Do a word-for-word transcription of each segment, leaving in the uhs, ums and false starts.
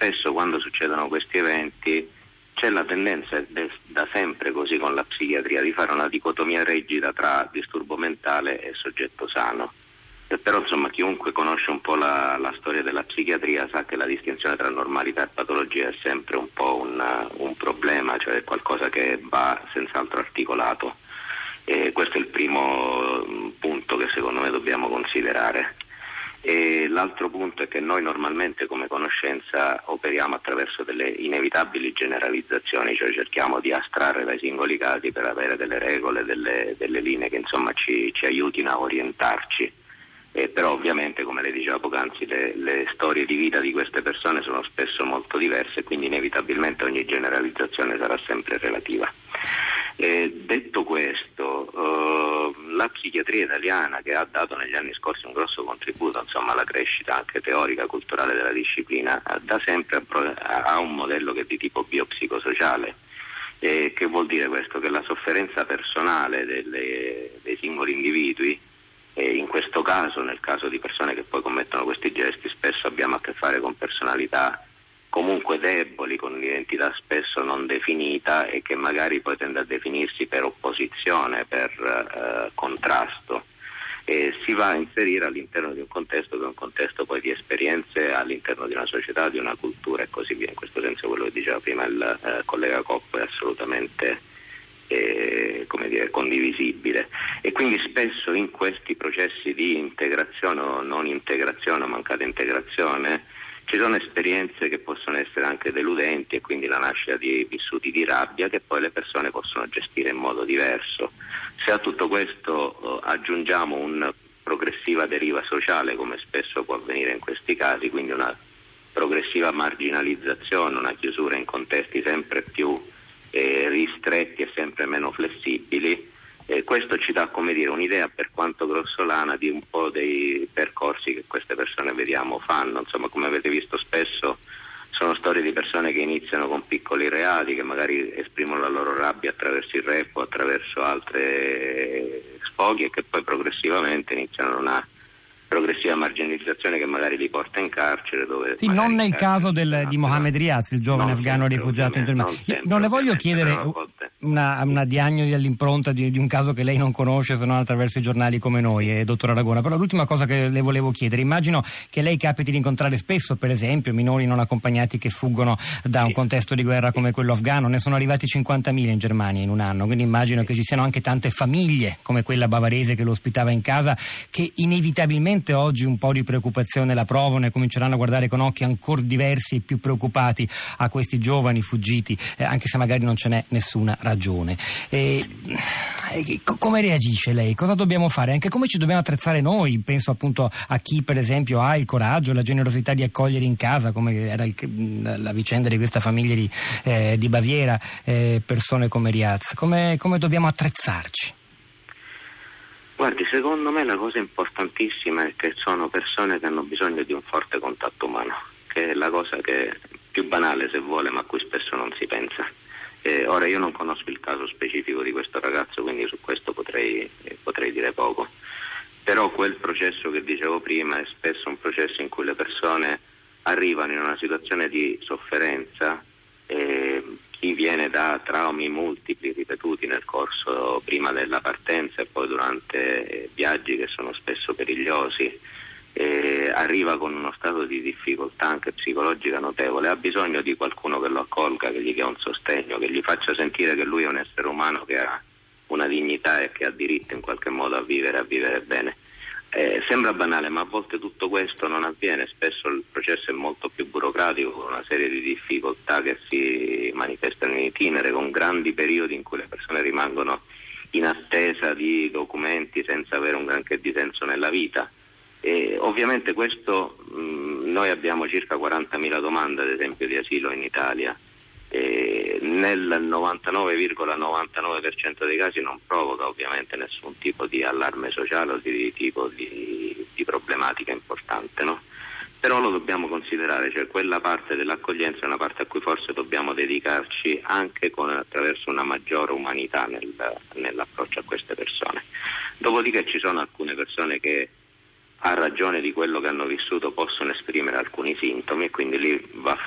spesso quando succedono questi eventi c'è la tendenza, da sempre così con la psichiatria, di fare una dicotomia rigida tra disturbo mentale e soggetto sano. E però insomma chiunque conosce un po' la, la storia della psichiatria sa che la distinzione tra normalità e patologia è sempre un po' un, un problema, cioè qualcosa che va senz'altro articolato. E questo è il primo punto che secondo me dobbiamo considerare. E l'altro punto è che noi normalmente come conoscenza operiamo attraverso delle inevitabili generalizzazioni, cioè cerchiamo di astrarre dai singoli casi per avere delle regole, delle, delle linee che insomma ci, ci aiutino a orientarci. Eh, però ovviamente, come lei diceva poc'anzi, le, le storie di vita di queste persone sono spesso molto diverse, quindi inevitabilmente ogni generalizzazione sarà sempre relativa. Eh, detto questo, eh, la psichiatria italiana, che ha dato negli anni scorsi un grosso contributo insomma, alla crescita anche teorica, culturale della disciplina, da sempre ha un modello che è di tipo biopsicosociale. Eh, che vuol dire questo? Che la sofferenza personale delle, dei singoli individui, e in questo caso, nel caso di persone che poi commettono questi gesti, spesso abbiamo a che fare con personalità comunque deboli, con un'identità spesso non definita e che magari poi tende a definirsi per opposizione, per eh, contrasto. E si va a inserire all'interno di un contesto che è un contesto poi di esperienze all'interno di una società, di una cultura e così via. In questo senso quello che diceva prima il eh, collega Coppo è assolutamente Eh, come dire, condivisibile, e quindi spesso in questi processi di integrazione o non integrazione o mancata integrazione ci sono esperienze che possono essere anche deludenti e quindi la nascita di vissuti di rabbia che poi le persone possono gestire in modo diverso. Se a tutto questo eh, aggiungiamo una progressiva deriva sociale, come spesso può avvenire in questi casi, quindi una progressiva marginalizzazione, una chiusura in contesti sempre più Eh, ristretti e sempre meno flessibili, eh, questo ci dà, come dire, un'idea per quanto grossolana di un po' dei percorsi che queste persone vediamo fanno. Insomma, come avete visto spesso sono storie di persone che iniziano con piccoli reati, che magari esprimono la loro rabbia attraverso il rap o attraverso altre sfoghi e che poi progressivamente iniziano una progressiva marginalizzazione che magari li porta in carcere, dove sì, non nel caso del, di Mohamed Riaz, il giovane afghano sempre, rifugiato in Germania. Non, sempre, non le voglio chiedere una, una diagnosi all'impronta di, di un caso che lei non conosce se non attraverso i giornali come noi, eh, dottor Aragona, però l'ultima cosa che le volevo chiedere, immagino che lei capiti di incontrare spesso per esempio minori non accompagnati che fuggono da un contesto di guerra come quello afghano. Ne sono arrivati cinquantamila in Germania in un anno, quindi immagino che ci siano anche tante famiglie come quella bavarese che lo ospitava in casa che inevitabilmente oggi un po' di preoccupazione la provano e cominceranno a guardare con occhi ancora diversi e più preoccupati a questi giovani fuggiti, eh, anche se magari non ce n'è nessuna ragione. E, eh, come reagisce lei? Cosa dobbiamo fare? Anche come ci dobbiamo attrezzare noi? Penso appunto a chi per esempio ha il coraggio, la generosità di accogliere in casa, come era il, la vicenda di questa famiglia di, eh, di Baviera, eh, persone come Riaz. Come, come dobbiamo attrezzarci? Guardi, secondo me la cosa importantissima è che sono persone che hanno bisogno di un forte contatto umano, che è la cosa che è più banale se vuole, ma a cui spesso non si pensa. Eh, ora io non conosco il caso specifico di questo ragazzo, quindi su questo potrei, eh, potrei dire poco, però quel processo che dicevo prima è spesso un processo in cui le persone arrivano in una situazione di sofferenza. Eh, chi viene da traumi multipli ripetuti nel corso prima della partenza e poi durante viaggi che sono spesso perigliosi, eh, arriva con uno stato di difficoltà anche psicologica notevole, ha bisogno di qualcuno che lo accolga, che gli dia un sostegno, che gli faccia sentire che lui è un essere umano che ha una dignità e che ha diritto in qualche modo a vivere, a vivere bene. Eh, sembra banale, ma a volte tutto questo non avviene, spesso il processo è molto più burocratico, con una serie di difficoltà che si manifestano in itinere, con grandi periodi in cui le persone rimangono in attesa di documenti senza avere un granché di senso nella vita. E ovviamente questo, mh, noi abbiamo circa quarantamila domande ad esempio di asilo in Italia. E nel novantanove virgola novantanove per cento dei casi non provoca ovviamente nessun tipo di allarme sociale o di tipo di, di problematica importante, no? Però lo dobbiamo considerare, cioè quella parte dell'accoglienza è una parte a cui forse dobbiamo dedicarci anche con, attraverso una maggiore umanità nel, nell'approccio a queste persone. Dopodiché ci sono alcune persone che a ragione di quello che hanno vissuto possono esprimere alcuni sintomi e quindi lì va fatta una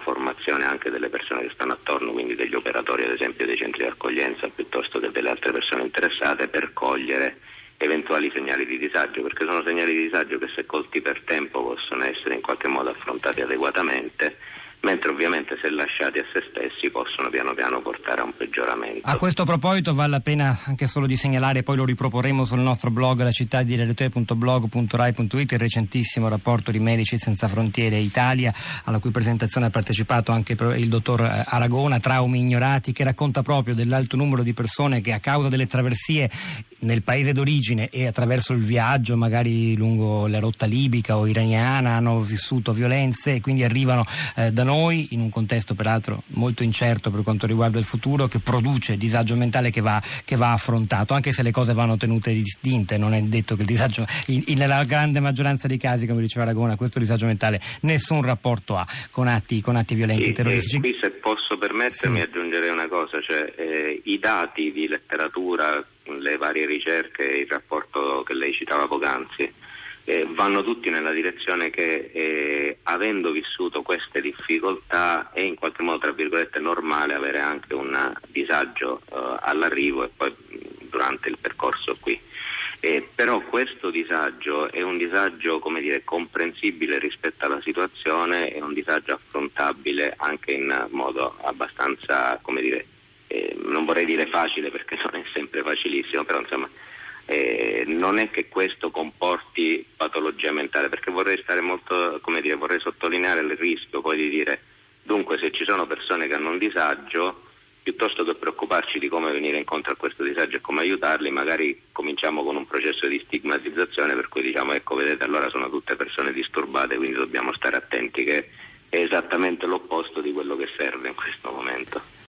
formazione anche delle persone che stanno attorno, quindi degli operatori ad esempio dei centri di accoglienza piuttosto che delle altre persone interessate, per cogliere eventuali segnali di disagio, perché sono segnali di disagio che se colti per tempo possono essere in qualche modo affrontati adeguatamente, mentre ovviamente se lasciati a se stessi possono piano piano portare a un peggioramento. A questo proposito vale la pena anche solo di segnalare, poi lo riproporremo sul nostro blog la città di relatore punto blog punto rai punto it, il recentissimo rapporto di Medici Senza Frontiere Italia, alla cui presentazione ha partecipato anche il dottor Aragona, Traumi ignorati, che racconta proprio dell'alto numero di persone che a causa delle traversie nel paese d'origine e attraverso il viaggio magari lungo la rotta libica o iraniana hanno vissuto violenze e quindi arrivano eh, da noi in un contesto peraltro molto incerto per quanto riguarda il futuro, che produce disagio mentale che va, che va affrontato, anche se le cose vanno tenute distinte. Non è detto che il disagio, in, in, nella grande maggioranza dei casi, come diceva Aragona, questo disagio mentale nessun rapporto ha con atti, con atti violenti e, terroristici. E qui, se posso permettermi, sì. aggiungerei una cosa, cioè eh, i dati di letteratura, le varie ricerche, il rapporto che lei citava poc'anzi, eh, vanno tutti nella direzione che eh, avendo vissuto queste difficoltà è in qualche modo, tra virgolette, normale avere anche un disagio eh, all'arrivo e poi durante il percorso qui. Eh, però questo disagio è un disagio, come dire, comprensibile rispetto alla situazione, è un disagio affrontabile anche in modo abbastanza, come dire, Eh, non vorrei dire facile perché non è sempre facilissimo, però insomma eh, non è che questo comporti patologia mentale, perché vorrei stare molto, come dire, vorrei sottolineare il rischio poi di dire, dunque se ci sono persone che hanno un disagio, piuttosto che preoccuparci di come venire incontro a questo disagio e come aiutarli, magari cominciamo con un processo di stigmatizzazione per cui diciamo, ecco vedete, allora sono tutte persone disturbate, quindi dobbiamo stare attenti, che è esattamente l'opposto di quello che serve